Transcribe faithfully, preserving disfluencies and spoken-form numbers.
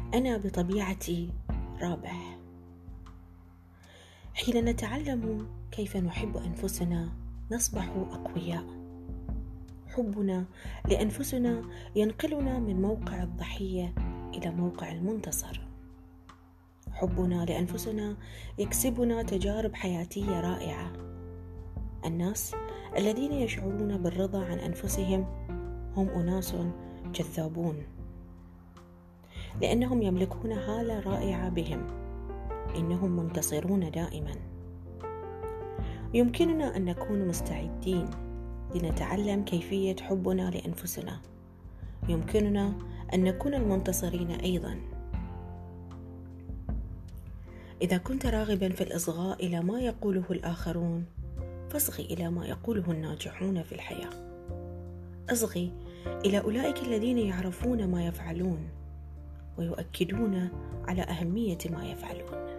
أنا بطبيعتي رابح. حين نتعلم كيف نحب أنفسنا نصبح أقوياء. حبنا لأنفسنا ينقلنا من موقع الضحية إلى موقع المنتصر. حبنا لأنفسنا يكسبنا تجارب حياتية رائعة. الناس الذين يشعرون بالرضا عن أنفسهم هم أناس جذابون، لأنهم يملكون حالة رائعة بهم، إنهم منتصرون دائما. يمكننا أن نكون مستعدين لنتعلم كيفية حبنا لأنفسنا. يمكننا أن نكون المنتصرين أيضا. إذا كنت راغبا في الإصغاء إلى ما يقوله الآخرون، فاصغي إلى ما يقوله الناجحون في الحياة. اصغي إلى أولئك الذين يعرفون ما يفعلون ويؤكدون على أهمية ما يفعلون.